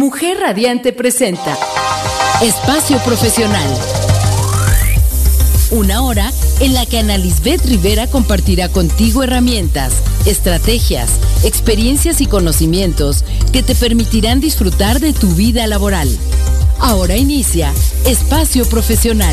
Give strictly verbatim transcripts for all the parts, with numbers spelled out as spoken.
Mujer Radiante presenta Espacio Profesional. Una hora en la que Ana Lisbeth Rivera compartirá contigo herramientas, estrategias, experiencias y conocimientos que te permitirán disfrutar de tu vida laboral. Ahora inicia Espacio Profesional.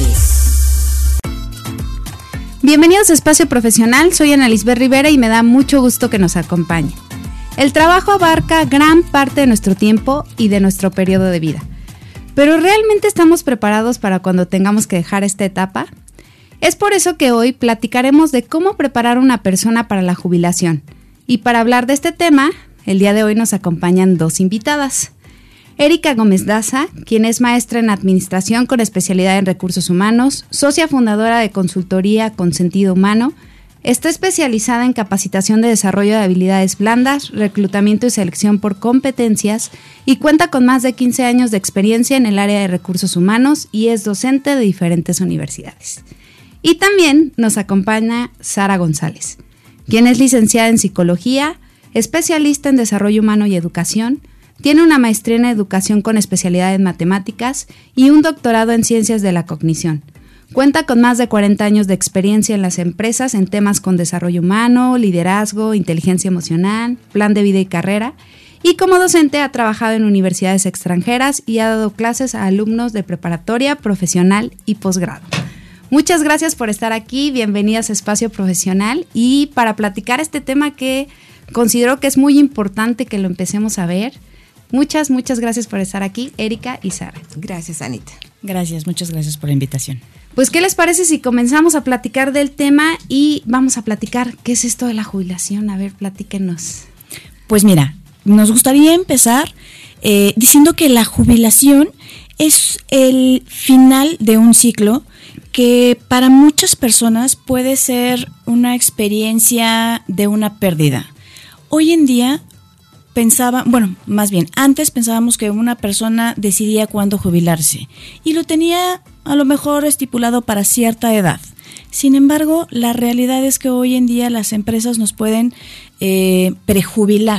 Bienvenidos a Espacio Profesional, soy Ana Lisbeth Rivera y me da mucho gusto que nos acompañe. El trabajo abarca gran parte de nuestro tiempo y de nuestro periodo de vida. ¿Pero realmente estamos preparados para cuando tengamos que dejar esta etapa? Es por eso que hoy platicaremos de cómo preparar a una persona para la jubilación. Y para hablar de este tema, el día de hoy nos acompañan dos invitadas. Erika Gómez Daza, quien es maestra en Administración con especialidad en Recursos Humanos, socia fundadora de Consultoría con Sentido Humano, está especializada en capacitación de desarrollo de habilidades blandas, reclutamiento y selección por competencias y cuenta con más de quince años de experiencia en el área de recursos humanos y es docente de diferentes universidades. Y también nos acompaña Sara González, quien es licenciada en Psicología, especialista en Desarrollo Humano y Educación, tiene una maestría en Educación con especialidad en Matemáticas y un doctorado en Ciencias de la Cognición. Cuenta con más de cuarenta años de experiencia en las empresas en temas con desarrollo humano, liderazgo, inteligencia emocional, plan de vida y carrera, y como docente ha trabajado en universidades extranjeras y ha dado clases a alumnos de preparatoria, profesional y posgrado. Muchas gracias por estar aquí, bienvenidas a Espacio Profesional y para platicar este tema que considero que es muy importante que lo empecemos a ver. Muchas, muchas gracias por estar aquí, Erika y Sara. Gracias, Anita. Gracias, muchas gracias por la invitación. Pues, ¿qué les parece si comenzamos a platicar del tema y vamos a platicar qué es esto de la jubilación? A ver, platíquenos. Pues mira, nos gustaría empezar eh, diciendo que la jubilación es el final de un ciclo que para muchas personas puede ser una experiencia de una pérdida. Hoy en día pensaba, bueno, más bien, antes pensábamos que una persona decidía cuándo jubilarse y lo tenía a lo mejor estipulado para cierta edad. Sin embargo, la realidad es que hoy en día las empresas nos pueden eh, prejubilar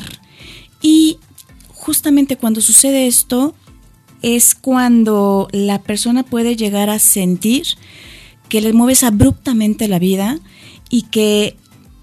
y justamente cuando sucede esto es cuando la persona puede llegar a sentir que le mueves abruptamente la vida y que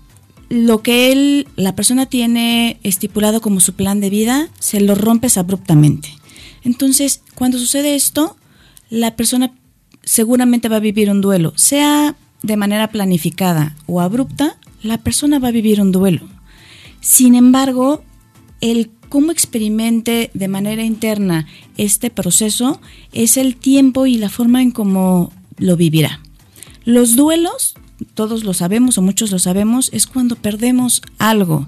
lo que él, la persona tiene estipulado como su plan de vida, se lo rompes abruptamente. Entonces, cuando sucede esto, la persona seguramente va a vivir un duelo, sea de manera planificada o abrupta, la persona va a vivir un duelo. Sin embargo, el cómo experimente de manera interna este proceso es el tiempo y la forma en cómo lo vivirá. Los duelos, todos lo sabemos o muchos lo sabemos, es cuando perdemos algo.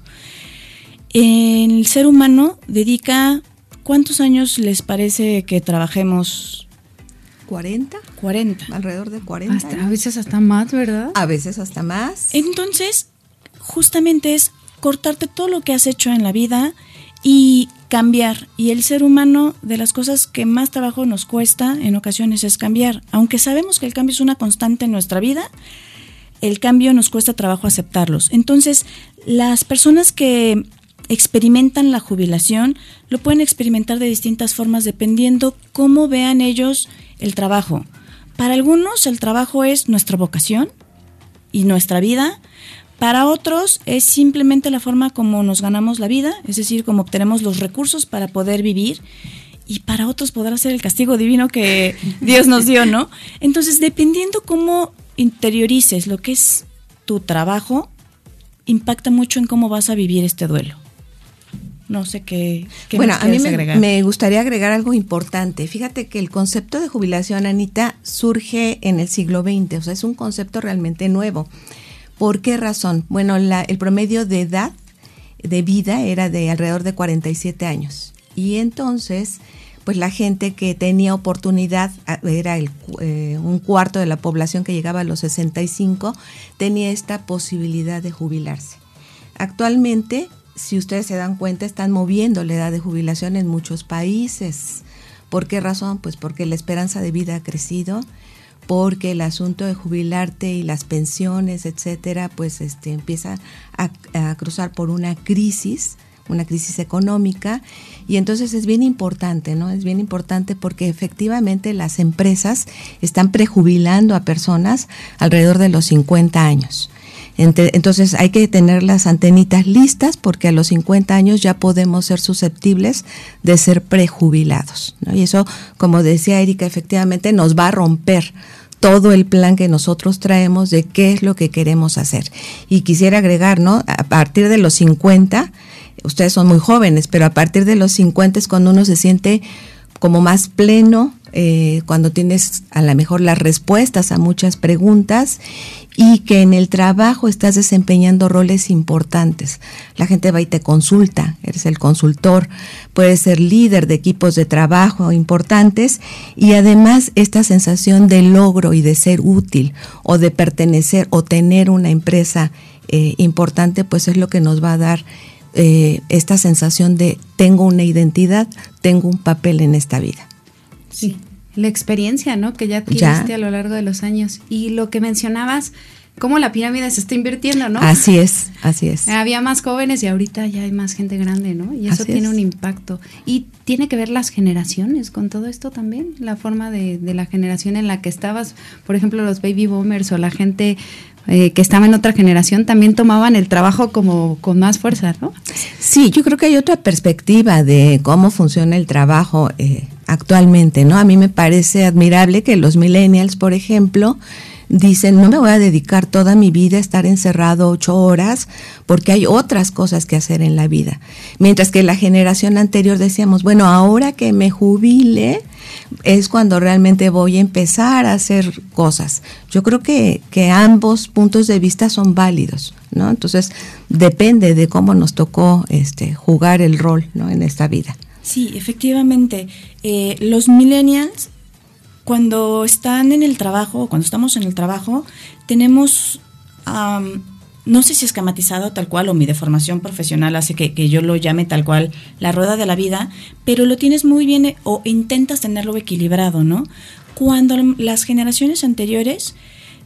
El ser humano dedica, ¿cuántos años les parece que trabajemos? ¿cuarenta? cuarenta. Alrededor de cuarenta. Hasta, a veces hasta más, ¿verdad? A veces hasta más. Entonces, justamente es cortarte todo lo que has hecho en la vida y cambiar. Y el ser humano, de las cosas que más trabajo nos cuesta en ocasiones es cambiar. Aunque sabemos que el cambio es una constante en nuestra vida, el cambio nos cuesta trabajo aceptarlos. Entonces, las personas que experimentan la jubilación lo pueden experimentar de distintas formas dependiendo cómo vean ellos el trabajo. Para algunos el trabajo es nuestra vocación y nuestra vida. Para otros es simplemente la forma como nos ganamos la vida, es decir, cómo obtenemos los recursos para poder vivir. Y para otros podrá ser el castigo divino que Dios nos dio, ¿no? Entonces, dependiendo cómo interiorices lo que es tu trabajo, impacta mucho en cómo vas a vivir este duelo. No sé qué, qué bueno, a mí me, agregar. me gustaría agregar algo importante. Fíjate que el concepto de jubilación, Anita, surge en el siglo veinte, o sea, es un concepto realmente nuevo. ¿Por qué razón? Bueno, la, el promedio de edad de vida era de alrededor de cuarenta y siete años. Y entonces, pues la gente que tenía oportunidad, era el, eh, un cuarto de la población que llegaba a los sesenta y cinco, tenía esta posibilidad de jubilarse. Actualmente, si ustedes se dan cuenta, están moviendo la edad de jubilación en muchos países. ¿Por qué razón? Pues porque la esperanza de vida ha crecido, porque el asunto de jubilarte y las pensiones, etcétera, pues este empieza a, a cruzar por una crisis una crisis económica, y entonces es bien importante, ¿no? Es bien importante porque efectivamente las empresas están prejubilando a personas alrededor de los cincuenta años. Entonces hay que tener las antenitas listas porque a los cincuenta años ya podemos ser susceptibles de ser prejubilados, ¿no? Y eso, como decía Erika, efectivamente nos va a romper todo el plan que nosotros traemos de qué es lo que queremos hacer. Y quisiera agregar, ¿no? A partir de los cincuenta, ustedes son muy jóvenes, pero a partir de los cincuenta es cuando uno se siente como más pleno, eh, cuando tienes a lo mejor las respuestas a muchas preguntas y que en el trabajo estás desempeñando roles importantes. La gente va y te consulta, eres el consultor, puedes ser líder de equipos de trabajo importantes y además esta sensación de logro y de ser útil o de pertenecer o tener una empresa eh, importante, pues es lo que nos va a dar eh, esta sensación de tengo una identidad, tengo un papel en esta vida. Sí, la experiencia, ¿no? Que ya adquiriste ya a lo largo de los años. Y lo que mencionabas, cómo la pirámide se está invirtiendo, ¿no? Así es, así es. Había más jóvenes y ahorita ya hay más gente grande, ¿no? Y eso así tiene es. Un impacto. Y tiene que ver las generaciones con todo esto también, la forma de, de la generación en la que estabas, por ejemplo, los baby boomers o la gente eh, que estaba en otra generación también tomaban el trabajo como con más fuerza, ¿no? Sí, yo creo que hay otra perspectiva de cómo funciona el trabajo eh, actualmente, ¿no? A mí me parece admirable que los millennials, por ejemplo, dicen, no me voy a dedicar toda mi vida a estar encerrado ocho horas porque hay otras cosas que hacer en la vida. Mientras que la generación anterior decíamos, bueno, ahora que me jubile es cuando realmente voy a empezar a hacer cosas. Yo creo que, que ambos puntos de vista son válidos, ¿no? Entonces, depende de cómo nos tocó este, jugar el rol, ¿no? En esta vida. Sí, efectivamente. Eh, los millennials, cuando están en el trabajo, cuando estamos en el trabajo, tenemos, um, no sé si esquematizado tal cual o mi deformación profesional hace que, que yo lo llame tal cual la rueda de la vida, pero lo tienes muy bien o intentas tenerlo equilibrado, ¿no? Cuando las generaciones anteriores,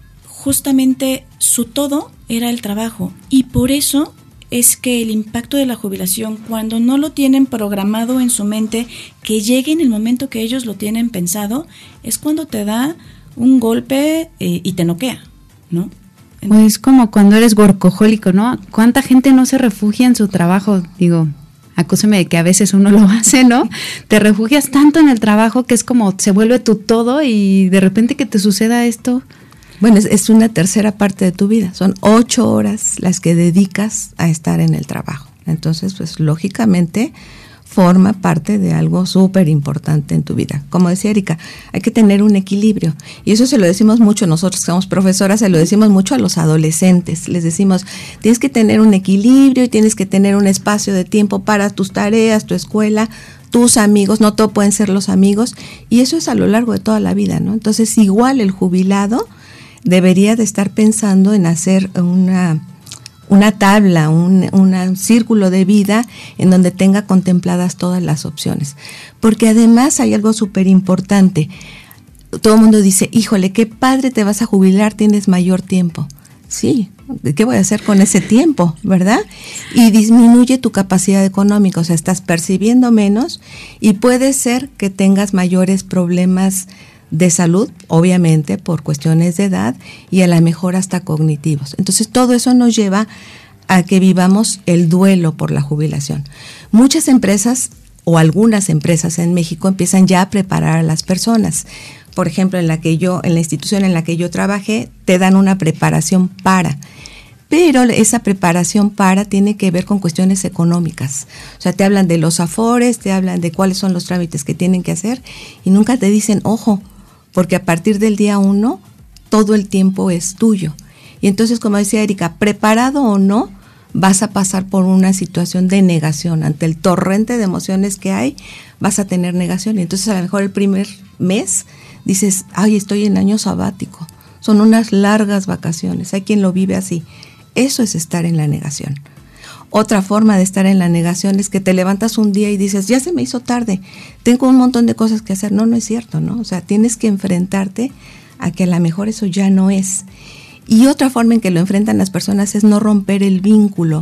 justamente su todo era el trabajo y por eso es que el impacto de la jubilación, cuando no lo tienen programado en su mente, que llegue en el momento que ellos lo tienen pensado, es cuando te da un golpe eh, y te noquea, ¿no? Pues como cuando eres workahólico, ¿no? ¿Cuánta gente no se refugia en su trabajo? Digo, acúseme de que a veces uno lo hace, ¿no? Te refugias tanto en el trabajo que es como se vuelve tu todo y de repente que te suceda esto. Bueno, es, es una tercera parte de tu vida, son ocho horas las que dedicas a estar en el trabajo. Entonces, pues lógicamente forma parte de algo súper importante en tu vida. Como decía Erika, hay que tener un equilibrio y eso se lo decimos mucho nosotros que somos profesoras, se lo decimos mucho a los adolescentes. Les decimos, tienes que tener un equilibrio y tienes que tener un espacio de tiempo para tus tareas, tu escuela, tus amigos, no todo pueden ser los amigos y eso es a lo largo de toda la vida, ¿no? Entonces, igual el jubilado debería de estar pensando en hacer una, una tabla, un, un círculo de vida en donde tenga contempladas todas las opciones. Porque además hay algo súper importante. Todo el mundo dice, híjole, qué padre te vas a jubilar, tienes mayor tiempo. Sí, ¿qué voy a hacer con ese tiempo, verdad? Y disminuye tu capacidad económica, o sea, estás percibiendo menos y puede ser que tengas mayores problemas de salud, obviamente por cuestiones de edad y a lo mejor hasta cognitivos. Entonces todo eso nos lleva a que vivamos el duelo por la jubilación. Muchas empresas o algunas empresas en México empiezan ya a preparar a las personas. Por ejemplo, en la que yo, en la institución en la que yo trabajé, te dan una preparación para. Pero esa preparación para tiene que ver con cuestiones económicas. O sea, te hablan de los afores, te hablan de cuáles son los trámites que tienen que hacer y nunca te dicen, ojo, porque a partir del día uno, todo el tiempo es tuyo. Y entonces, como decía Erika, preparado o no, vas a pasar por una situación de negación. Ante el torrente de emociones que hay, vas a tener negación. Y entonces a lo mejor el primer mes dices, ay, estoy en año sabático. Son unas largas vacaciones. Hay quien lo vive así. Eso es estar en la negación. Otra forma de estar en la negación es que te levantas un día y dices, ya se me hizo tarde, tengo un montón de cosas que hacer. No, no es cierto, ¿no? O sea, tienes que enfrentarte a que a lo mejor eso ya no es. Y otra forma en que lo enfrentan las personas es no romper el vínculo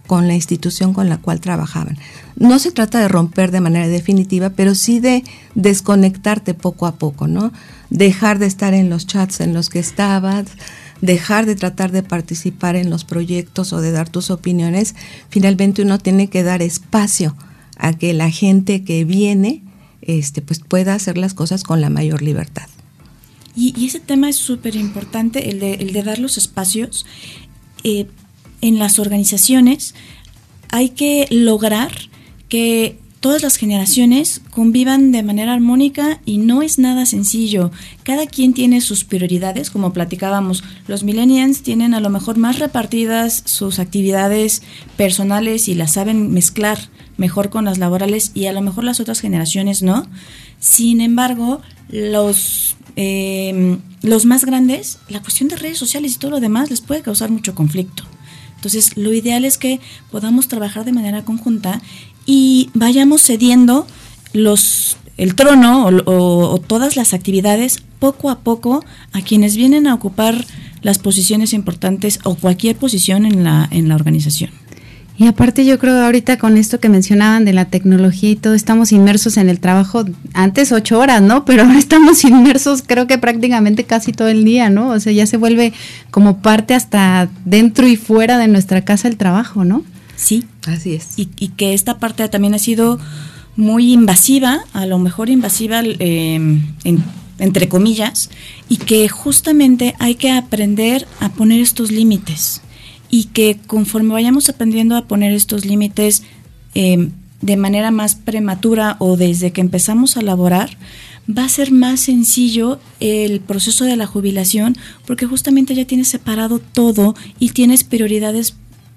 con la institución con la cual trabajaban. No se trata de romper de manera definitiva, pero sí de desconectarte poco a poco, ¿no? Dejar de estar en los chats en los que estabas, dejar de tratar de participar en los proyectos o de dar tus opiniones. Finalmente uno tiene que dar espacio a que la gente que viene este, pues pueda hacer las cosas con la mayor libertad. Y, y ese tema es súper importante, el de, el de dar los espacios. Eh, en las organizaciones hay que lograr que todas las generaciones convivan de manera armónica y no es nada sencillo. Cada quien tiene sus prioridades, como platicábamos. Los millennials tienen a lo mejor más repartidas sus actividades personales y las saben mezclar mejor con las laborales y a lo mejor las otras generaciones no. Sin embargo, los, eh, los más grandes, la cuestión de redes sociales y todo lo demás les puede causar mucho conflicto. Entonces, lo ideal es que podamos trabajar de manera conjunta y vayamos cediendo los el trono o, o, o todas las actividades poco a poco a quienes vienen a ocupar las posiciones importantes o cualquier posición en la en la organización. Y aparte yo creo ahorita con esto que mencionaban de la tecnología y todo, estamos inmersos en el trabajo, antes ocho horas, ¿no? Pero ahora estamos inmersos creo que prácticamente casi todo el día, ¿no? O sea, ya se vuelve como parte hasta dentro y fuera de nuestra casa el trabajo, ¿no? Sí, así es. Y, y que esta parte también ha sido muy invasiva, a lo mejor invasiva eh, en, entre comillas, y que justamente hay que aprender a poner estos límites. Y que conforme vayamos aprendiendo a poner estos límites eh, de manera más prematura o desde que empezamos a laborar, va a ser más sencillo el proceso de la jubilación porque justamente ya tienes separado todo y tienes prioridades,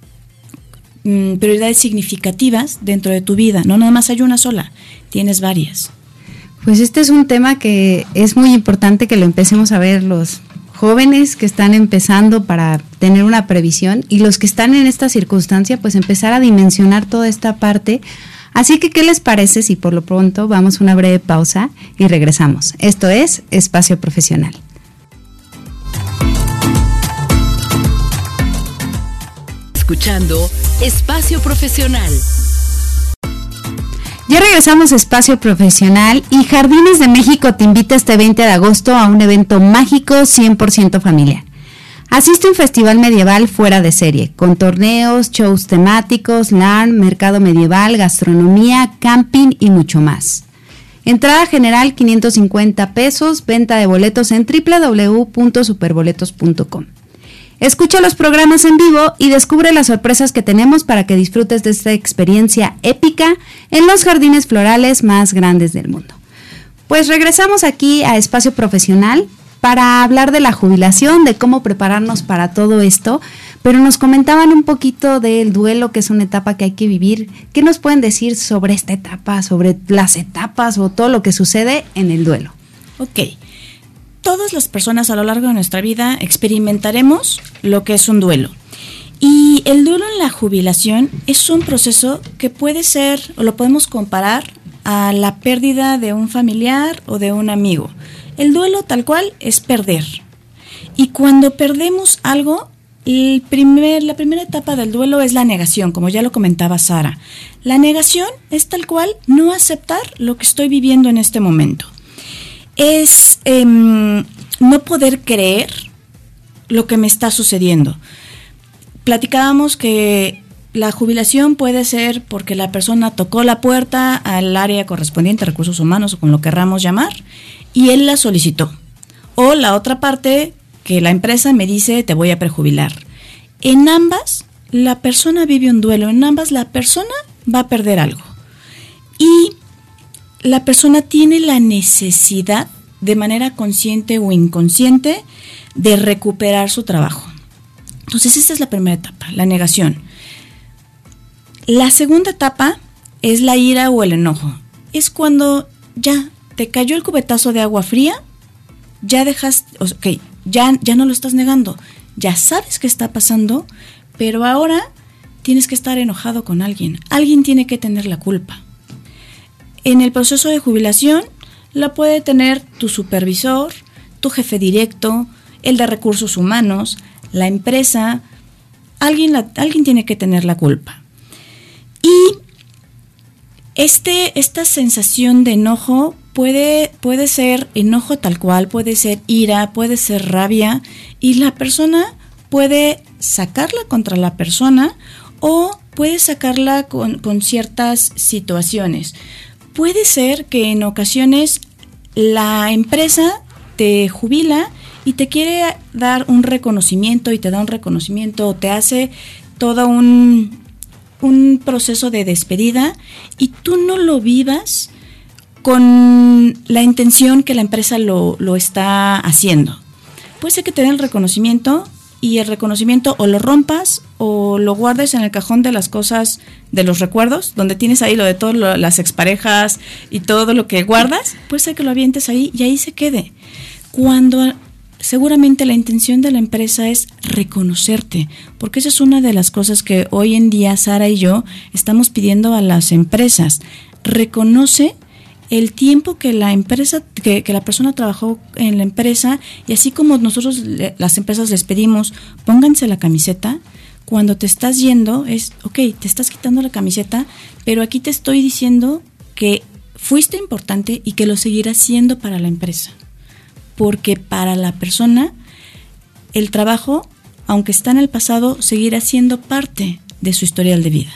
mm, prioridades significativas dentro de tu vida. No nada más hay una sola, tienes varias. Pues este es un tema que es muy importante que lo empecemos a ver los jóvenes que están empezando para tener una previsión y los que están en esta circunstancia, pues empezar a dimensionar toda esta parte. Así que, ¿qué les parece si por lo pronto vamos a una breve pausa y regresamos? Esto es Espacio Profesional. Escuchando Espacio Profesional. Ya regresamos a Espacio Profesional y Jardines de México te invita este veinte de agosto a un evento mágico cien por ciento familiar. Asiste a un festival medieval fuera de serie, con torneos, shows temáticos, LAN, mercado medieval, gastronomía, camping y mucho más. Entrada general quinientos cincuenta pesos, venta de boletos en doble u doble u doble u punto superboletos punto com. Escucha los programas en vivo y descubre las sorpresas que tenemos para que disfrutes de esta experiencia épica en los jardines florales más grandes del mundo. Pues regresamos aquí a Espacio Profesional para hablar de la jubilación, de cómo prepararnos para todo esto, pero nos comentaban un poquito del duelo, que es una etapa que hay que vivir. ¿Qué nos pueden decir sobre esta etapa, sobre las etapas o todo lo que sucede en el duelo? Ok. Todas las personas a lo largo de nuestra vida experimentaremos lo que es un duelo. Y el duelo en la jubilación es un proceso que puede ser, o lo podemos comparar a la pérdida de un familiar o de un amigo. El duelo tal cual es perder. Y cuando perdemos algo, el primer, la primera etapa del duelo es la negación, como ya lo comentaba Sara. La negación es tal cual no aceptar lo que estoy viviendo en este momento. Es eh, no poder creer lo que me está sucediendo. Platicábamos que la jubilación puede ser porque la persona tocó la puerta al área correspondiente, recursos humanos o como lo querramos llamar, y él la solicitó. O la otra parte, que la empresa me dice te voy a prejubilar. En ambas, la persona vive un duelo, en ambas la persona va a perder algo. Y la persona tiene la necesidad, de manera consciente o inconsciente, de recuperar su trabajo. Entonces, esta es la primera etapa, la negación. La segunda etapa es la ira o el enojo. Es cuando ya te cayó el cubetazo de agua fría, ya dejas, ok, ya, ya no lo estás negando, ya sabes qué está pasando, pero ahora tienes que estar enojado con alguien. Alguien tiene que tener la culpa. En el proceso de jubilación la puede tener tu supervisor, tu jefe directo, el de recursos humanos, la empresa. Alguien, la, alguien tiene que tener la culpa. Y este, esta sensación de enojo puede, puede ser enojo tal cual, puede ser ira, puede ser rabia, y la persona puede sacarla contra la persona o puede sacarla con, con ciertas situaciones. Puede ser que en ocasiones la empresa te jubila y te quiere dar un reconocimiento y te da un reconocimiento o te hace todo un, un proceso de despedida y tú no lo vivas con la intención que la empresa lo, lo está haciendo. Puede ser que te den el reconocimiento y el reconocimiento o lo rompas o lo guardes en el cajón de las cosas, de los recuerdos, donde tienes ahí lo de todas las exparejas y todo lo que guardas, puede ser que lo avientes ahí y ahí se quede. Cuando seguramente la intención de la empresa es reconocerte, porque esa es una de las cosas que hoy en día Sara y yo estamos pidiendo a las empresas. Reconoce el tiempo que la empresa, que, que la persona trabajó en la empresa, y así como nosotros le, las empresas les pedimos, pónganse la camiseta, cuando te estás yendo es, ok, te estás quitando la camiseta, pero aquí te estoy diciendo que fuiste importante y que lo seguirás siendo para la empresa. Porque para la persona, el trabajo, aunque está en el pasado, seguirá siendo parte de su historial de vida.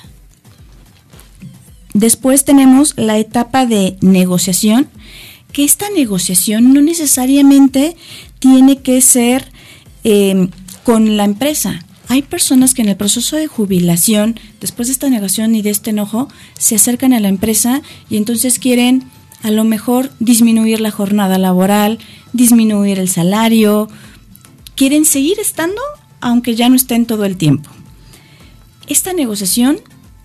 Después tenemos la etapa de negociación, que esta negociación no necesariamente tiene que ser eh, con la empresa. Hay personas que en el proceso de jubilación, después de esta negación y de este enojo, se acercan a la empresa y entonces quieren a lo mejor disminuir la jornada laboral, disminuir el salario, quieren seguir estando aunque ya no estén todo el tiempo. Esta negociación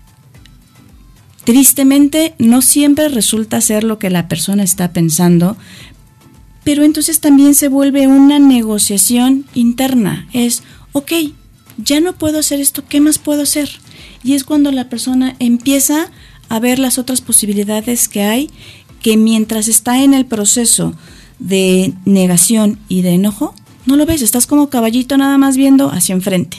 tristemente no siempre resulta ser lo que la persona está pensando, pero entonces también se vuelve una negociación interna. Es, ok, ya no puedo hacer esto, ¿qué más puedo hacer? Y es cuando la persona empieza a ver las otras posibilidades que hay, que mientras está en el proceso de negación y de enojo, no lo ves, estás como caballito nada más viendo hacia enfrente.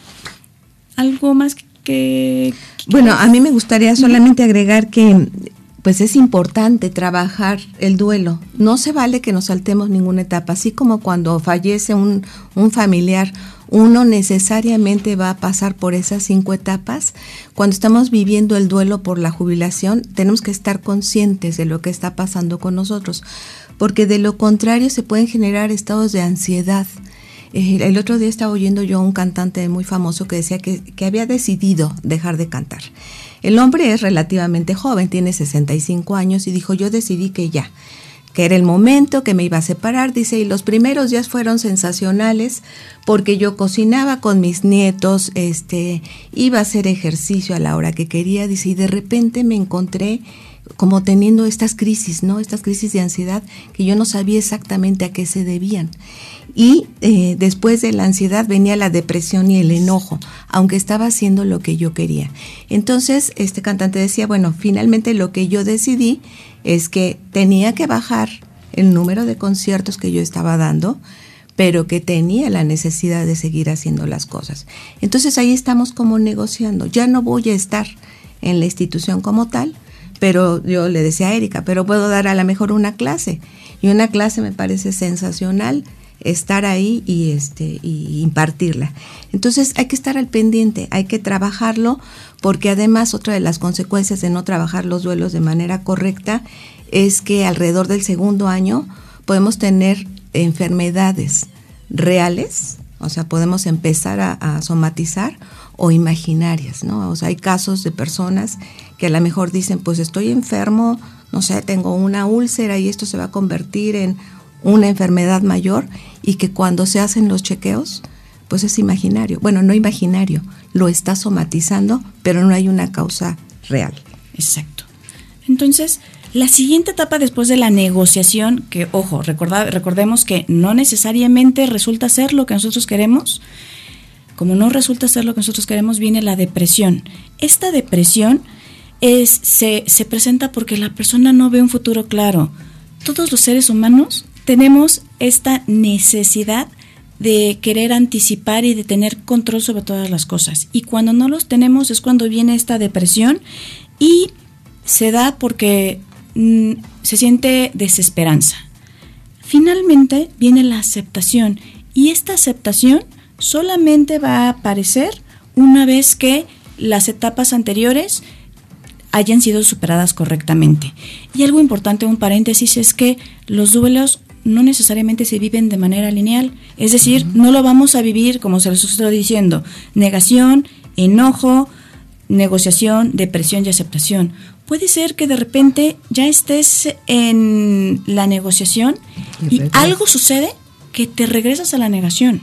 ¿Algo más que...? Bueno, a mí me gustaría solamente agregar que pues es importante trabajar el duelo. No se vale que nos saltemos ninguna etapa, así como cuando fallece un, un familiar, uno necesariamente va a pasar por esas cinco etapas. Cuando estamos viviendo el duelo por la jubilación, tenemos que estar conscientes de lo que está pasando con nosotros, porque de lo contrario se pueden generar estados de ansiedad. Eh, el otro día estaba oyendo yo a un cantante muy famoso que decía que, que había decidido dejar de cantar. El hombre es relativamente joven, tiene sesenta y cinco años, y dijo, yo decidí que ya, que era el momento, que me iba a separar, dice, y los primeros días fueron sensacionales porque yo cocinaba con mis nietos, este, iba a hacer ejercicio a la hora que quería, dice, y de repente me encontré como teniendo estas crisis, ¿no? Estas crisis de ansiedad que yo no sabía exactamente a qué se debían. Y eh, después de la ansiedad venía la depresión y el enojo, aunque estaba haciendo lo que yo quería. Entonces, este cantante decía, bueno, finalmente lo que yo decidí es que tenía que bajar el número de conciertos que yo estaba dando, pero que tenía la necesidad de seguir haciendo las cosas. Entonces ahí estamos como negociando. Ya no voy a estar en la institución como tal, pero yo le decía a Erika, pero puedo dar a lo mejor una clase. Y una clase me parece sensacional, estar ahí y este y impartirla. Entonces hay que estar al pendiente, hay que trabajarlo, porque además otra de las consecuencias de no trabajar los duelos de manera correcta es que alrededor del segundo año podemos tener enfermedades reales, o sea, podemos empezar a, a somatizar, o imaginarias, ¿no? O sea, hay casos de personas que a lo mejor dicen, pues estoy enfermo, no sé, tengo una úlcera y esto se va a convertir en una enfermedad mayor, y que cuando se hacen los chequeos, pues es imaginario. Bueno, no imaginario, lo está somatizando, pero no hay una causa real. Exacto. Entonces, la siguiente etapa después de la negociación, que ojo, recorda, recordemos que no necesariamente resulta ser lo que nosotros queremos. Como no resulta ser lo que nosotros queremos, viene la depresión. Esta depresión es, se, se presenta porque la persona no ve un futuro claro. Todos los seres humanos tenemos esta necesidad de querer anticipar y de tener control sobre todas las cosas. Y cuando no los tenemos es cuando viene esta depresión y se da porque mm, se siente desesperanza. Finalmente viene la aceptación y esta aceptación solamente va a aparecer una vez que las etapas anteriores hayan sido superadas correctamente. Y algo importante, un paréntesis, es que los duelos no necesariamente se viven de manera lineal, es decir, uh-huh. no lo vamos a vivir como se los estoy diciendo, negación, enojo, negociación, depresión y aceptación. Puede ser que de repente ya estés en la negociación y, y algo sucede que te regresas a la negación.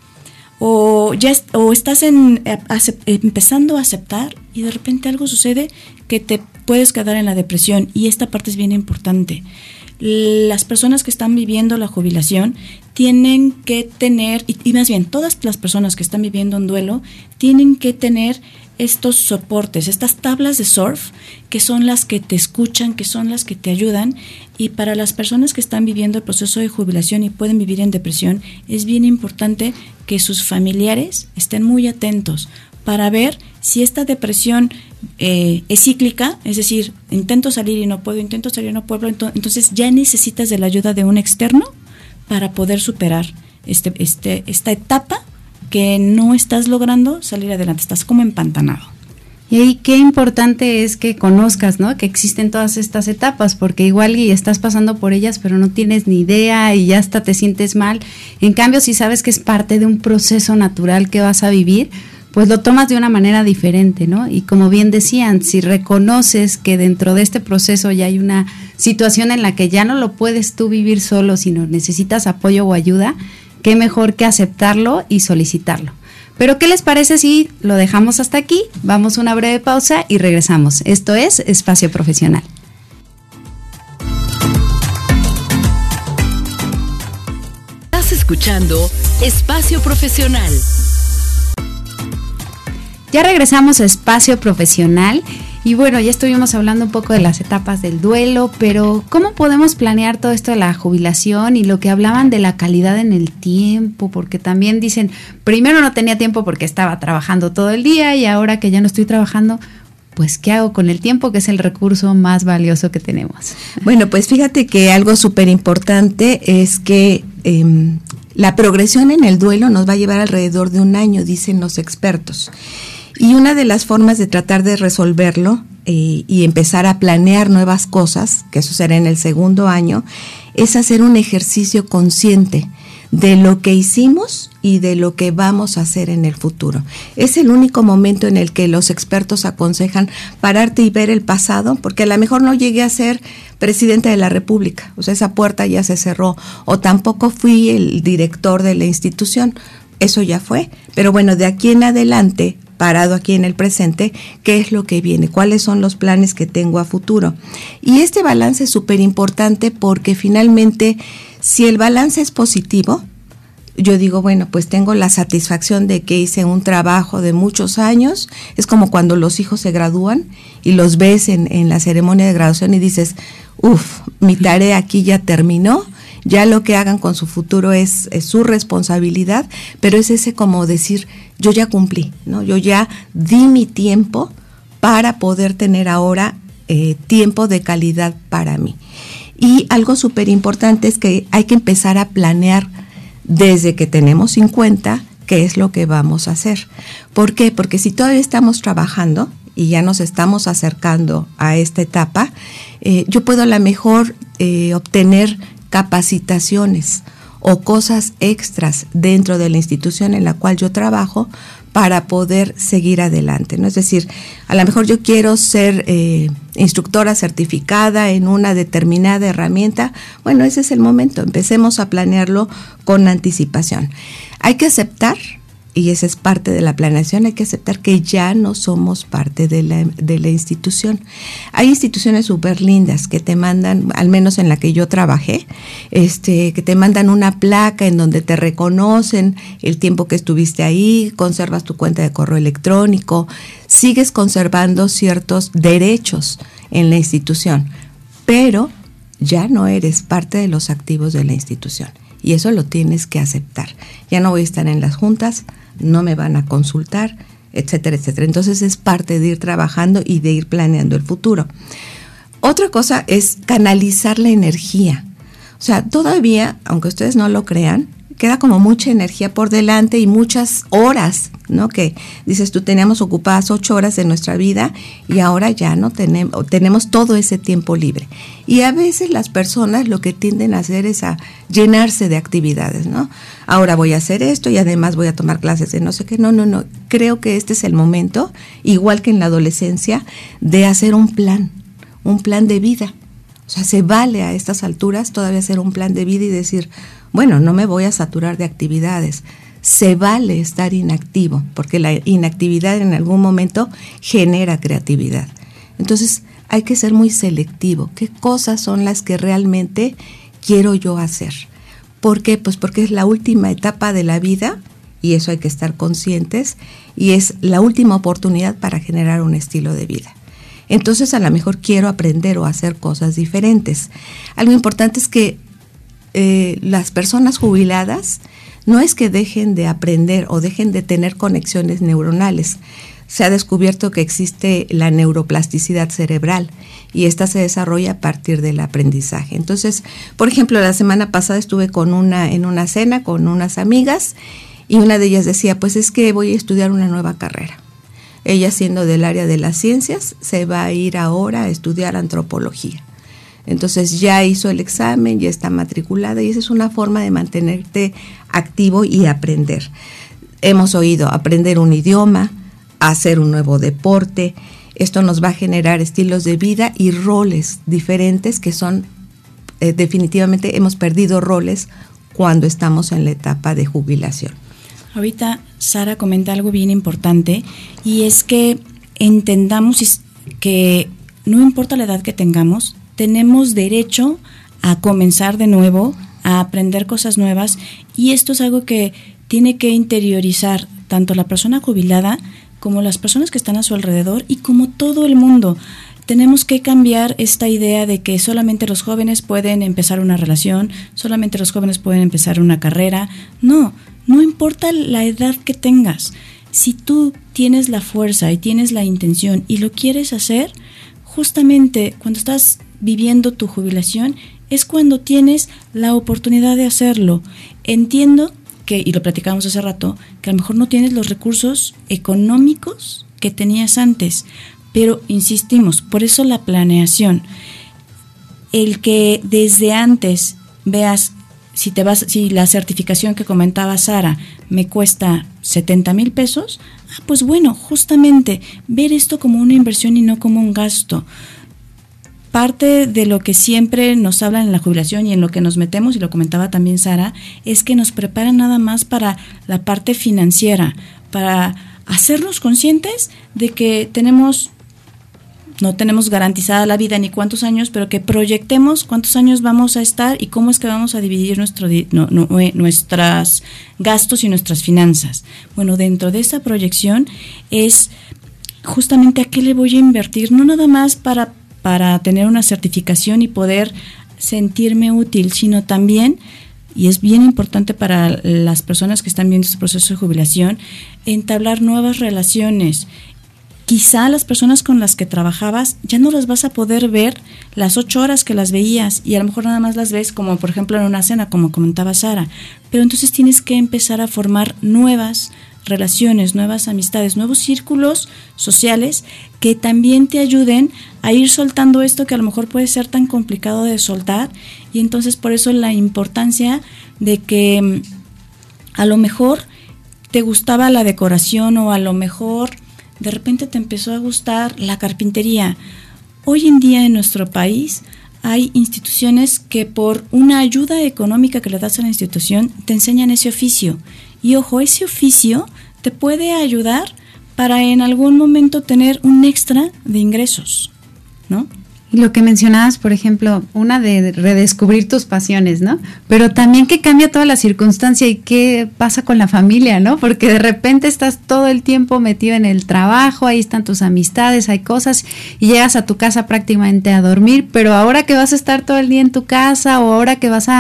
O ya est- o estás en, acep- empezando a aceptar y de repente algo sucede que te puedes quedar en la depresión. Y esta parte es bien importante. Las personas que están viviendo la jubilación tienen que tener, y, y más bien todas las personas que están viviendo un duelo, tienen que tener estos soportes, estas tablas de surf, que son las que te escuchan, que son las que te ayudan. Y para las personas que están viviendo el proceso de jubilación y pueden vivir en depresión, es bien importante que sus familiares estén muy atentos para ver si esta depresión eh, es cíclica, es decir, intento salir y no puedo, intento salir y no puedo, entonces ya necesitas de la ayuda de un externo para poder superar este, este, esta etapa que no estás logrando salir adelante, estás como empantanado. Y ahí qué importante es que conozcas, ¿no? Que existen todas estas etapas, porque igual y estás pasando por ellas, pero no tienes ni idea y ya hasta te sientes mal. En cambio, si sabes que es parte de un proceso natural que vas a vivir, pues lo tomas de una manera diferente, ¿no? Y como bien decían, si reconoces que dentro de este proceso ya hay una situación en la que ya no lo puedes tú vivir solo, sino necesitas apoyo o ayuda, qué mejor que aceptarlo y solicitarlo. Pero ¿qué les parece si lo dejamos hasta aquí? Vamos a una breve pausa y regresamos. Esto es Espacio Profesional. Estás escuchando Espacio Profesional. Ya regresamos a Espacio Profesional y bueno, ya estuvimos hablando un poco de las etapas del duelo, pero ¿cómo podemos planear todo esto de la jubilación y lo que hablaban de la calidad en el tiempo? Porque también dicen, primero no tenía tiempo porque estaba trabajando todo el día y ahora que ya no estoy trabajando, pues ¿qué hago con el tiempo, que es el recurso más valioso que tenemos? Bueno, pues fíjate que algo súper importante es que eh, la progresión en el duelo nos va a llevar alrededor de un año, dicen los expertos. Y una de las formas de tratar de resolverlo eh, y empezar a planear nuevas cosas, que eso será en el segundo año, es hacer un ejercicio consciente de lo que hicimos y de lo que vamos a hacer en el futuro. Es el único momento en el que los expertos aconsejan pararte y ver el pasado, porque a lo mejor no llegué a ser presidente de la República, o sea, esa puerta ya se cerró, o tampoco fui el director de la institución, eso ya fue, pero bueno, de aquí en adelante, parado aquí en el presente, ¿qué es lo que viene? ¿Cuáles son los planes que tengo a futuro? Y este balance es súper importante porque finalmente, si el balance es positivo, yo digo, bueno, pues tengo la satisfacción de que hice un trabajo de muchos años. Es como cuando los hijos se gradúan y los ves en, en la ceremonia de graduación y dices, uff, mi tarea aquí ya terminó. Ya lo que hagan con su futuro es, es su responsabilidad, pero es ese como decir, yo ya cumplí, ¿no? Yo ya di mi tiempo para poder tener ahora eh, tiempo de calidad para mí. Y algo súper importante es que hay que empezar a planear desde que tenemos cincuenta qué es lo que vamos a hacer. ¿Por qué? Porque si todavía estamos trabajando y ya nos estamos acercando a esta etapa, eh, yo puedo a lo mejor eh, obtener capacitaciones o cosas extras dentro de la institución en la cual yo trabajo para poder seguir adelante, ¿no? Es decir, a lo mejor yo quiero ser eh, instructora certificada en una determinada herramienta. Bueno, ese es el momento, empecemos a planearlo con anticipación. Hay que aceptar, y esa es parte de la planeación, hay que aceptar que ya no somos parte de la, de la institución. Hay instituciones súper lindas que te mandan, al menos en la que yo trabajé, este, que te mandan una placa en donde te reconocen el tiempo que estuviste ahí, conservas tu cuenta de correo electrónico, sigues conservando ciertos derechos en la institución, pero ya no eres parte de los activos de la institución. y eso lo tienes que aceptar. Ya no voy a estar en las juntas, no me van a consultar, etcétera, etcétera. Entonces es parte de ir trabajando y de ir planeando el futuro. Otra cosa es canalizar la energía. O sea, todavía, aunque ustedes no lo crean, queda como mucha energía por delante y muchas horas, ¿no? Que dices tú, teníamos ocupadas ocho horas de nuestra vida y ahora ya no tenemos, tenemos todo ese tiempo libre. Y a veces las personas lo que tienden a hacer es a llenarse de actividades, ¿no? Ahora voy a hacer esto y además voy a tomar clases de no sé qué. No, no, no. Creo que este es el momento, igual que en la adolescencia, de hacer un plan, un plan de vida. O sea, se vale a estas alturas todavía hacer un plan de vida y decir, bueno, no me voy a saturar de actividades. Se vale estar inactivo, porque la inactividad en algún momento genera creatividad. Entonces, hay que ser muy selectivo. ¿Qué cosas son las que realmente quiero yo hacer? ¿Por qué? Pues porque es la última etapa de la vida, y eso hay que estar conscientes, y es la última oportunidad para generar un estilo de vida. Entonces, a lo mejor quiero aprender o hacer cosas diferentes. Algo importante es que eh, las personas jubiladas no es que dejen de aprender o dejen de tener conexiones neuronales. Se ha descubierto que existe la neuroplasticidad cerebral y esta se desarrolla a partir del aprendizaje. Entonces, por ejemplo, la semana pasada estuve con una en una cena con unas amigas y una de ellas decía, pues es que voy a estudiar una nueva carrera. Ella, siendo del área de las ciencias, se va a ir ahora a estudiar antropología. Entonces ya hizo el examen, ya está matriculada y esa es una forma de mantenerte activo y aprender. Hemos oído aprender un idioma, hacer un nuevo deporte. Esto nos va a generar estilos de vida y roles diferentes que son, eh, definitivamente hemos perdido roles cuando estamos en la etapa de jubilación. Ahorita Sara comenta algo bien importante y es que entendamos que no importa la edad que tengamos, tenemos derecho a comenzar de nuevo, a aprender cosas nuevas y esto es algo que tiene que interiorizar tanto la persona jubilada como las personas que están a su alrededor y como todo el mundo. Tenemos que cambiar esta idea de que solamente los jóvenes pueden empezar una relación, solamente los jóvenes pueden empezar una carrera. No, no importa la edad que tengas. Si tú tienes la fuerza y tienes la intención y lo quieres hacer, justamente cuando estás viviendo tu jubilación es cuando tienes la oportunidad de hacerlo. Entiendo que, y lo platicamos hace rato, que a lo mejor no tienes los recursos económicos que tenías antes, pero insistimos, por eso la planeación, el que desde antes veas si te vas, si la certificación que comentaba Sara me cuesta setenta mil pesos, ah, pues bueno, justamente ver esto como una inversión y no como un gasto. Parte de lo que siempre nos hablan en la jubilación y en lo que nos metemos, y lo comentaba también Sara, es que nos preparan nada más para la parte financiera, para hacernos conscientes de que tenemos, no tenemos garantizada la vida ni cuántos años, pero que proyectemos cuántos años vamos a estar y cómo es que vamos a dividir nuestro, no, no, nuestros gastos y nuestras finanzas. Bueno, dentro de esa proyección es justamente a qué le voy a invertir, no nada más para para tener una certificación y poder sentirme útil, sino también, y es bien importante para las personas que están viendo este proceso de jubilación, entablar nuevas relaciones. Quizá las personas con las que trabajabas ya no las vas a poder ver las ocho horas que las veías y a lo mejor nada más las ves como por ejemplo en una cena, como comentaba Sara, pero entonces tienes que empezar a formar nuevas relaciones, nuevas amistades, nuevos círculos sociales que también te ayuden a ir soltando esto que a lo mejor puede ser tan complicado de soltar y entonces por eso la importancia de que a lo mejor te gustaba la decoración o a lo mejor de repente te empezó a gustar la carpintería. Hoy en día en nuestro país hay instituciones que por una ayuda económica que le das a la institución te enseñan ese oficio. Y ojo, ese oficio te puede ayudar para en algún momento tener un extra de ingresos, ¿no? Y lo que mencionabas, por ejemplo, una de redescubrir tus pasiones, ¿no? Pero también que cambia toda la circunstancia y qué pasa con la familia, ¿no? Porque de repente estás todo el tiempo metido en el trabajo, ahí están tus amistades, hay cosas, y llegas a tu casa prácticamente a dormir, pero ahora que vas a estar todo el día en tu casa o ahora que vas a,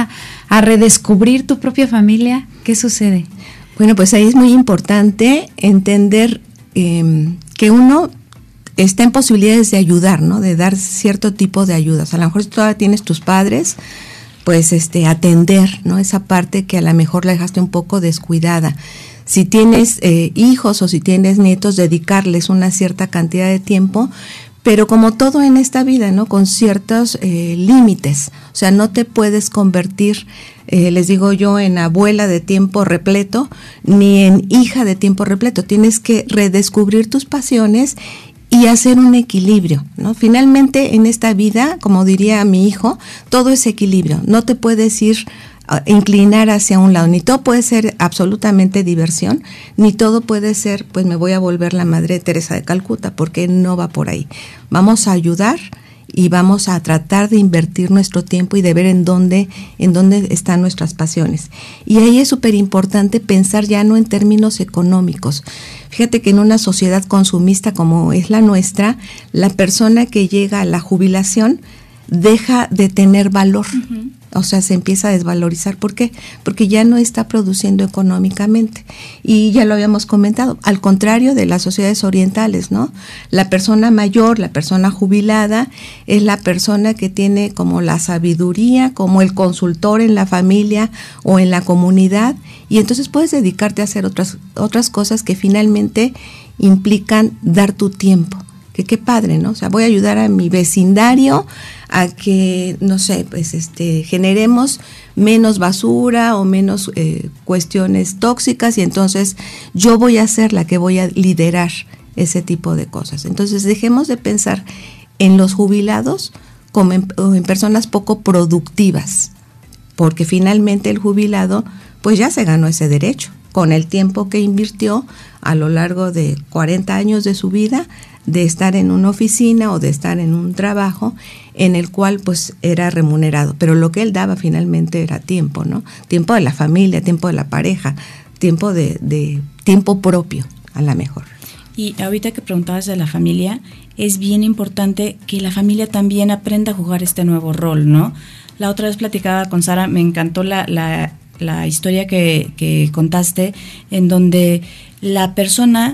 a redescubrir tu propia familia, ¿qué sucede? Bueno, pues ahí es muy importante entender eh, que uno está en posibilidades de ayudar, ¿no? De dar cierto tipo de ayudas. A lo mejor si todavía tienes tus padres, pues este atender, ¿no? Esa parte que a lo mejor la dejaste un poco descuidada. Si tienes eh, hijos o si tienes nietos, dedicarles una cierta cantidad de tiempo, pero como todo en esta vida, ¿no? Con ciertos eh, límites. O sea, no te puedes convertir, eh, les digo yo, en abuela de tiempo repleto, ni en hija de tiempo repleto. Tienes que redescubrir tus pasiones y hacer un equilibrio, ¿no? Finalmente, en esta vida, como diría mi hijo, todo es equilibrio. No te puedes ir a inclinar hacia un lado, ni todo puede ser absolutamente diversión, ni todo puede ser, pues me voy a volver la Madre Teresa de Calcuta, porque no va por ahí. Vamos a ayudar y vamos a tratar de invertir nuestro tiempo y de ver en dónde, en dónde están nuestras pasiones. Y ahí es súper importante pensar ya no en términos económicos. Fíjate que en una sociedad consumista como es la nuestra, la persona que llega a la jubilación deja de tener valor. Uh-huh. O sea, se empieza a desvalorizar. ¿Por qué? Porque ya no está produciendo económicamente. Y ya lo habíamos comentado, al contrario de las sociedades orientales, ¿no? La persona mayor, la persona jubilada, es la persona que tiene como la sabiduría, como el consultor en la familia o en la comunidad, y entonces puedes dedicarte a hacer otras, otras cosas que finalmente implican dar tu tiempo. Que qué padre, ¿no? O sea, voy a ayudar a mi vecindario a que, no sé, pues este generemos menos basura o menos eh, cuestiones tóxicas, y entonces yo voy a ser la que voy a liderar ese tipo de cosas. Entonces dejemos de pensar en los jubilados como en, en personas poco productivas, porque finalmente el jubilado pues ya se ganó ese derecho con el tiempo que invirtió a lo largo de cuarenta años de su vida, de estar en una oficina o de estar en un trabajo en el cual pues era remunerado, pero lo que él daba finalmente era tiempo, ¿no? Tiempo de la familia, tiempo de la pareja, tiempo de, de tiempo propio, a la mejor. Y ahorita que preguntabas de la familia, es bien importante que la familia también aprenda a jugar este nuevo rol, ¿no? La otra vez platicaba con Sara, me encantó la, la, la historia que, que contaste, en donde la persona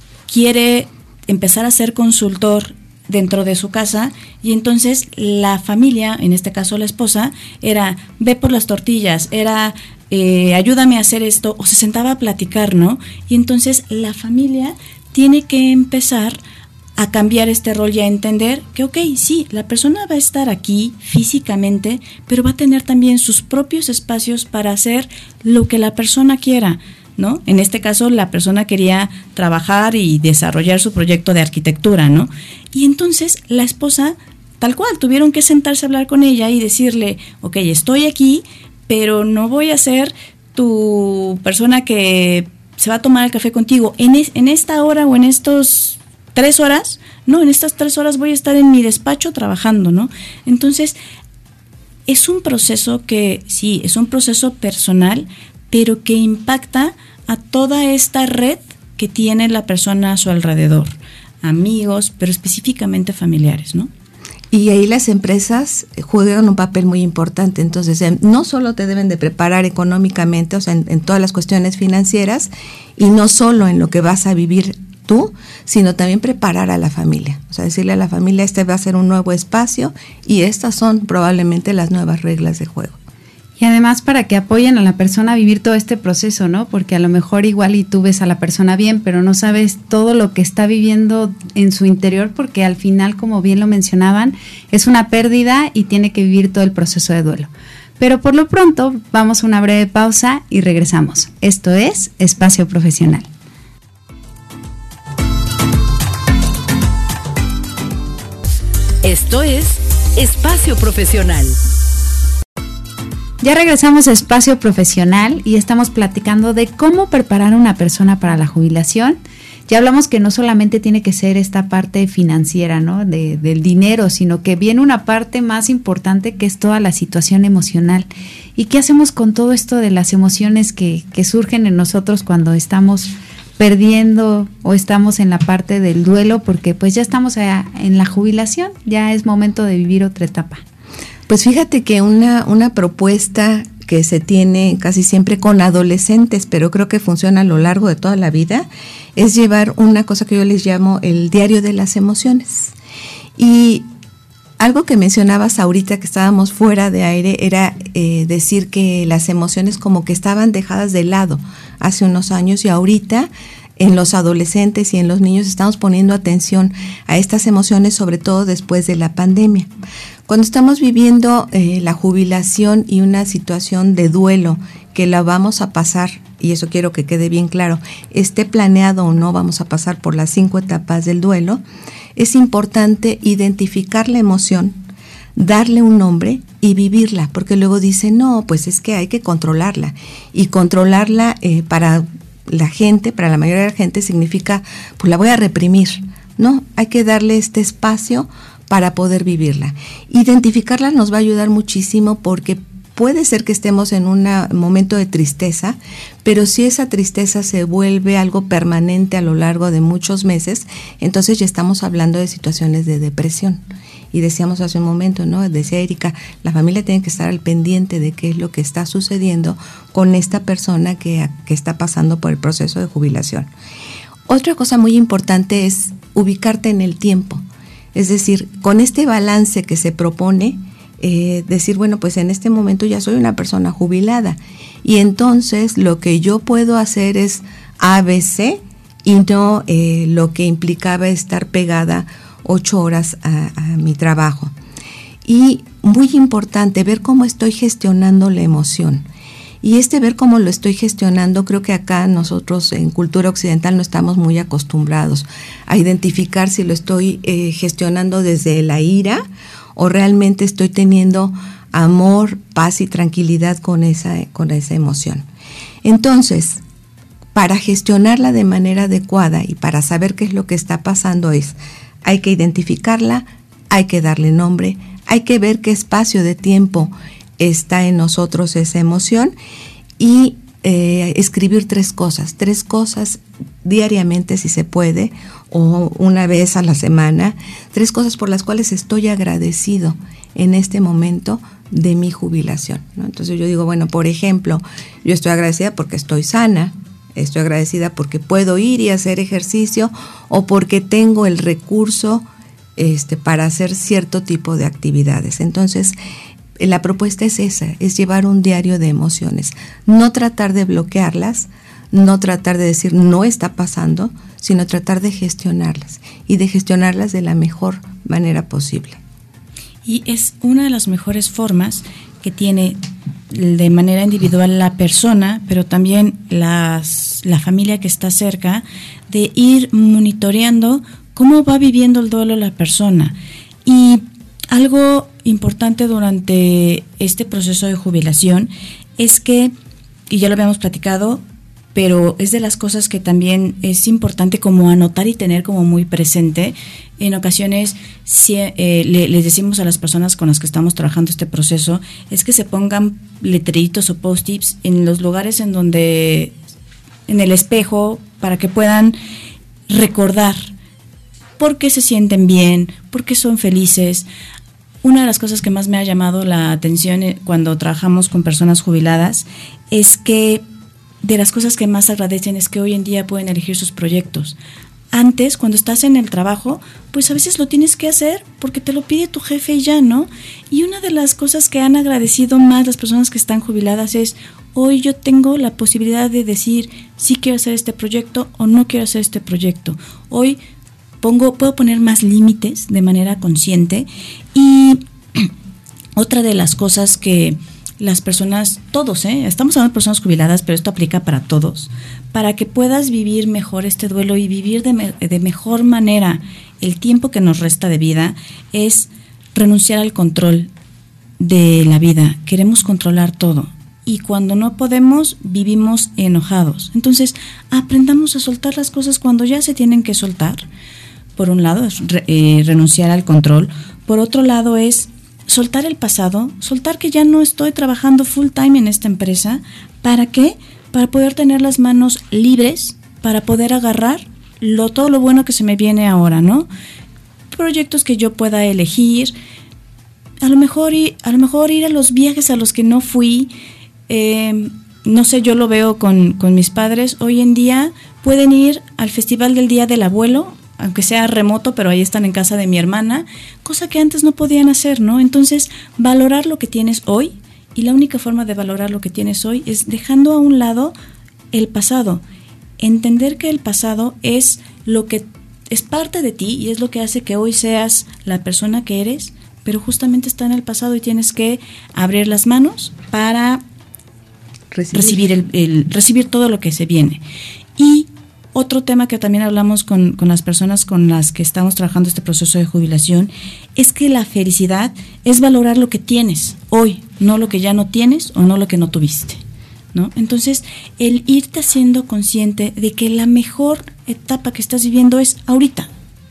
quiere empezar a ser consultor dentro de su casa, y entonces la familia, en este caso la esposa, era ve por las tortillas, era eh, ayúdame a hacer esto, o se sentaba a platicar, ¿no? Y entonces la familia tiene que empezar a cambiar este rol y a entender que, ok, sí, la persona va a estar aquí físicamente, pero va a tener también sus propios espacios para hacer lo que la persona quiera, ¿no? En este caso, la persona quería trabajar y desarrollar su proyecto de arquitectura, ¿no? Y entonces la esposa, tal cual, tuvieron que sentarse a hablar con ella y decirle, ok, estoy aquí, pero no voy a ser tu persona que se va a tomar el café contigo en, es, en esta hora o en estos tres horas, no, en estas tres horas voy a estar en mi despacho trabajando, ¿no? Entonces, es un proceso que, sí, es un proceso personal, pero que impacta a toda esta red que tiene la persona a su alrededor, amigos, pero específicamente familiares, ¿no? Y ahí las empresas juegan un papel muy importante. Entonces, no solo te deben de preparar económicamente, o sea, en, en todas las cuestiones financieras, y no solo en lo que vas a vivir tú, sino también preparar a la familia. O sea, decirle a la familia, este va a ser un nuevo espacio y estas son probablemente las nuevas reglas de juego. Y además para que apoyen a la persona a vivir todo este proceso, ¿no? Porque a lo mejor igual y tú ves a la persona bien, pero no sabes todo lo que está viviendo en su interior, porque al final, como bien lo mencionaban, es una pérdida y tiene que vivir todo el proceso de duelo. Pero por lo pronto, vamos a una breve pausa y regresamos. Esto es Espacio Profesional. Esto es Espacio Profesional. Ya regresamos a Espacio Profesional y estamos platicando de cómo preparar a una persona para la jubilación. Ya hablamos que no solamente tiene que ser esta parte financiera, ¿no? De, del dinero, sino que viene una parte más importante que es toda la situación emocional. ¿Y qué hacemos con todo esto de las emociones que, que surgen en nosotros cuando estamos perdiendo o estamos en la parte del duelo? Porque pues ya estamos allá en la jubilación, ya es momento de vivir otra etapa. Pues fíjate que una, una propuesta que se tiene casi siempre con adolescentes, pero creo que funciona a lo largo de toda la vida, es llevar una cosa que yo les llamo el diario de las emociones. Y algo que mencionabas ahorita que estábamos fuera de aire era eh, decir que las emociones como que estaban dejadas de lado hace unos años, y ahorita en los adolescentes y en los niños estamos poniendo atención a estas emociones, sobre todo después de la pandemia. Cuando estamos viviendo eh, la jubilación y una situación de duelo que la vamos a pasar, y eso quiero que quede bien claro, esté planeado o no, vamos a pasar por las cinco etapas del duelo, es importante identificar la emoción, darle un nombre y vivirla, porque luego dicen, no, pues es que hay que controlarla, y controlarla eh, para la gente, para la mayoría de la gente significa, pues la voy a reprimir. No, hay que darle este espacio para poder vivirla. Identificarla nos va a ayudar muchísimo, porque puede ser que estemos en un momento de tristeza, pero si esa tristeza se vuelve algo permanente a lo largo de muchos meses, entonces ya estamos hablando de situaciones de depresión. Y decíamos hace un momento, ¿no? Decía Erika, la familia tiene que estar al pendiente de qué es lo que está sucediendo con esta persona que, que está pasando por el proceso de jubilación. Otra cosa muy importante es ubicarte en el tiempo. Es decir, con este balance que se propone, eh, decir, bueno, pues en este momento ya soy una persona jubilada, y entonces lo que yo puedo hacer es A B C y no eh, lo que implicaba estar pegada ocho horas a, a mi trabajo. Y muy importante, ver cómo estoy gestionando la emoción. Y este ver cómo lo estoy gestionando, creo que acá nosotros en cultura occidental no estamos muy acostumbrados a identificar si lo estoy eh, gestionando desde la ira o realmente estoy teniendo amor, paz y tranquilidad con esa, con esa emoción. Entonces, para gestionarla de manera adecuada y para saber qué es lo que está pasando es, hay que identificarla, hay que darle nombre, hay que ver qué espacio de tiempo está en nosotros esa emoción y eh, escribir tres cosas, tres cosas diariamente si se puede o una vez a la semana, tres cosas por las cuales estoy agradecido en este momento de mi jubilación, ¿no? Entonces yo digo, bueno, por ejemplo, yo estoy agradecida porque estoy sana, estoy agradecida porque puedo ir y hacer ejercicio o porque tengo el recurso este, para hacer cierto tipo de actividades. Entonces, la propuesta es esa, es llevar un diario de emociones, no tratar de bloquearlas, no tratar de decir no está pasando, sino tratar de gestionarlas y de gestionarlas de la mejor manera posible. Y es una de las mejores formas que tiene de manera individual la persona, pero también las, la familia que está cerca, de ir monitoreando cómo va viviendo el duelo la persona. Y algo importante durante este proceso de jubilación es que, y ya lo habíamos platicado, pero es de las cosas que también es importante como anotar y tener como muy presente. En ocasiones si, eh, le, les decimos a las personas con las que estamos trabajando este proceso, es que se pongan letreritos o post-its en los lugares en donde, en el espejo, para que puedan recordar por qué se sienten bien, por qué son felices. Una de las cosas que más me ha llamado la atención cuando trabajamos con personas jubiladas es que de las cosas que más agradecen es que hoy en día pueden elegir sus proyectos. Antes, cuando estás en el trabajo, pues a veces lo tienes que hacer porque te lo pide tu jefe y ya, ¿no? Y una de las cosas que han agradecido más las personas que están jubiladas es, hoy yo tengo la posibilidad de decir sí quiero hacer este proyecto o no quiero hacer este proyecto. Hoy pongo, puedo poner más límites de manera consciente. Y otra de las cosas que las personas, todos, ¿eh? estamos hablando de personas jubiladas, pero esto aplica para todos, para que puedas vivir mejor este duelo y vivir de, me, de mejor manera el tiempo que nos resta de vida, es renunciar al control de la vida. Queremos controlar todo y cuando no podemos vivimos enojados. Entonces aprendamos a soltar las cosas cuando ya se tienen que soltar. Por un lado es re, eh, renunciar al control, por otro lado es soltar el pasado, soltar que ya no estoy trabajando full time en esta empresa. ¿Para qué? Para poder tener las manos libres, para poder agarrar lo, todo lo bueno que se me viene ahora, ¿no? Proyectos que yo pueda elegir, a lo mejor, a lo mejor ir a los viajes a los que no fui, Eh, no sé, yo lo veo con, con mis padres. Hoy en día pueden ir al Festival del Día del Abuelo, aunque sea remoto, pero ahí están en casa de mi hermana, cosa que antes no podían hacer, ¿no? Entonces, valorar lo que tienes hoy, y la única forma de valorar lo que tienes hoy es dejando a un lado el pasado. Entender que el pasado es lo que es parte de ti y es lo que hace que hoy seas la persona que eres, pero justamente está en el pasado y tienes que abrir las manos para recibir, recibir, el, el, recibir todo lo que se viene. Y otro tema que también hablamos con, con las personas con las que estamos trabajando este proceso de jubilación es que la felicidad es valorar lo que tienes hoy, no lo que ya no tienes o no lo que no tuviste, ¿no? Entonces, el irte haciendo consciente de que la mejor etapa que estás viviendo es ahorita,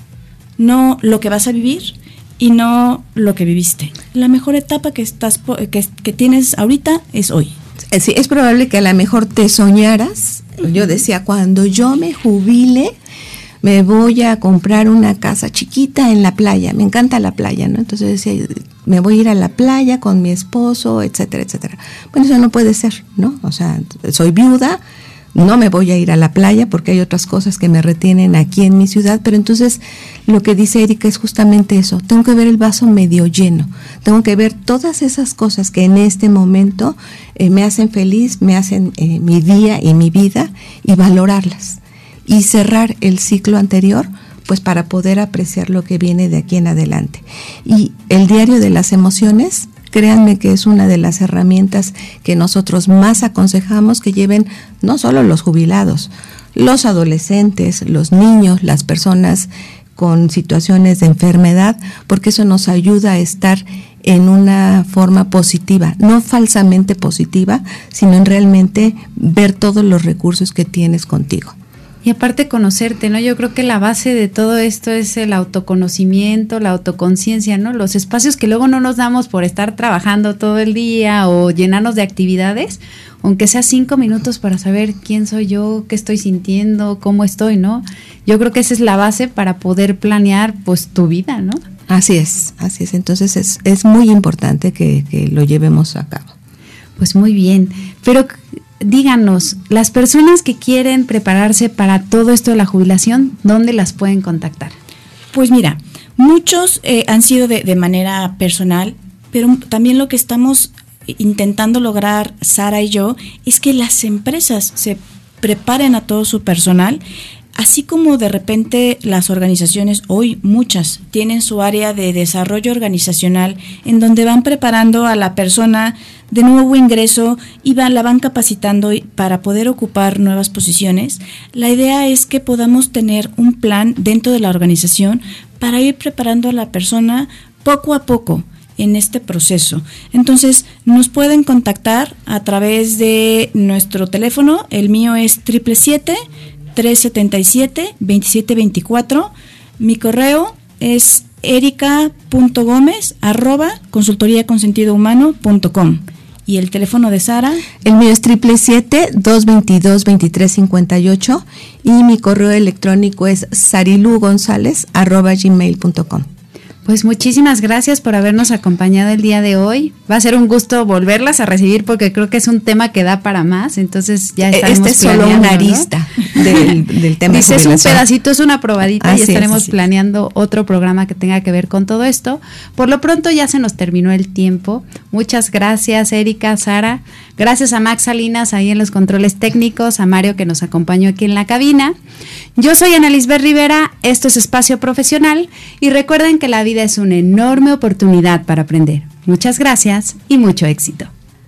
no lo que vas a vivir y no lo que viviste. La mejor etapa que estás que, que tienes ahorita es hoy. Sí, es probable que a lo mejor te soñaras. Yo decía, cuando yo me jubile, me voy a comprar una casa chiquita en la playa. Me encanta la playa, ¿no? Entonces decía, me voy a ir a la playa con mi esposo, etcétera, etcétera. Bueno, eso no puede ser, ¿no? O sea, soy viuda, no me voy a ir a la playa porque hay otras cosas que me retienen aquí en mi ciudad, pero entonces lo que dice Erika es justamente eso, tengo que ver el vaso medio lleno, tengo que ver todas esas cosas que en este momento eh, me hacen feliz, me hacen eh, mi día y mi vida, y valorarlas y cerrar el ciclo anterior, pues para poder apreciar lo que viene de aquí en adelante. Y el diario de las emociones, créanme que es una de las herramientas que nosotros más aconsejamos que lleven no solo los jubilados, los adolescentes, los niños, las personas con situaciones de enfermedad, porque eso nos ayuda a estar en una forma positiva, no falsamente positiva, sino en realmente ver todos los recursos que tienes contigo. Y aparte conocerte, ¿no? Yo creo que la base de todo esto es el autoconocimiento, la autoconciencia, ¿no? Los espacios que luego no nos damos por estar trabajando todo el día o llenarnos de actividades, aunque sea cinco minutos para saber quién soy yo, qué estoy sintiendo, cómo estoy, ¿no? Yo creo que esa es la base para poder planear, pues, tu vida, ¿no? Así es, así es. Entonces es, es muy importante que, que lo llevemos a cabo. Pues muy bien, pero díganos, las personas que quieren prepararse para todo esto de la jubilación, ¿dónde las pueden contactar? Pues mira, muchos eh, han sido de, de manera personal, pero también lo que estamos intentando lograr Sara y yo es que las empresas se preparen a todo su personal, así como de repente las organizaciones, hoy muchas, tienen su área de desarrollo organizacional en donde van preparando a la persona de nuevo ingreso y van, la van capacitando para poder ocupar nuevas posiciones. La idea es que podamos tener un plan dentro de la organización para ir preparando a la persona poco a poco en este proceso. Entonces, nos pueden contactar a través de nuestro teléfono, el mío es siete siete siete, tres siete siete, dos siete dos cuatro, mi correo es erica punto gómez arroba consultoría con sentido humano punto com. ¿Y el teléfono de Sara? El mío es siete siete siete, dos dos dos, dos tres cinco ocho y mi correo electrónico es sarilugonzalez arroba gmail punto com. Pues muchísimas gracias por habernos acompañado el día de hoy. Va a ser un gusto volverlas a recibir porque creo que es un tema que da para más. Entonces ya estaremos Este es solo una arista, ¿no? del, del tema. Dice, es un pedacito, es una probadita así y estaremos es, planeando otro programa que tenga que ver con todo esto. Por lo pronto ya se nos terminó el tiempo. Muchas gracias, Erika, Sara. Gracias a Max Salinas ahí en los controles técnicos, a Mario que nos acompañó aquí en la cabina. Yo soy Ana Lisbeth Rivera, esto es Espacio Profesional y recuerden que la vida es una enorme oportunidad para aprender. Muchas gracias y mucho éxito.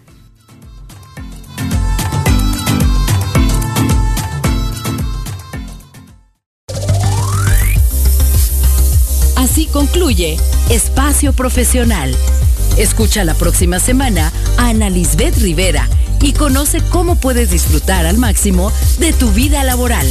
Así concluye Espacio Profesional. Escucha la próxima semana a Ana Lisbeth Rivera y conoce cómo puedes disfrutar al máximo de tu vida laboral.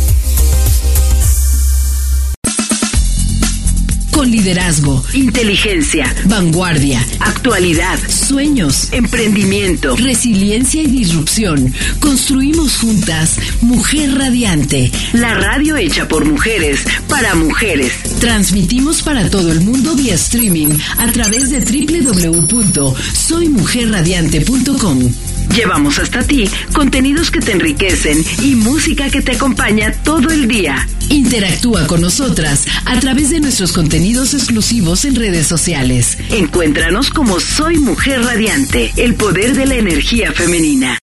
Con liderazgo, inteligencia, vanguardia, actualidad, sueños, emprendimiento, resiliencia y disrupción. Construimos juntas Mujer Radiante, la radio hecha por mujeres, para mujeres. Transmitimos para todo el mundo vía streaming a través de doble u doble u doble u punto soy mujer radiante punto com. Llevamos hasta ti contenidos que te enriquecen y música que te acompaña todo el día. Interactúa con nosotras a través de nuestros contenidos exclusivos en redes sociales. Encuéntranos como Soy Mujer Radiante, el poder de la energía femenina.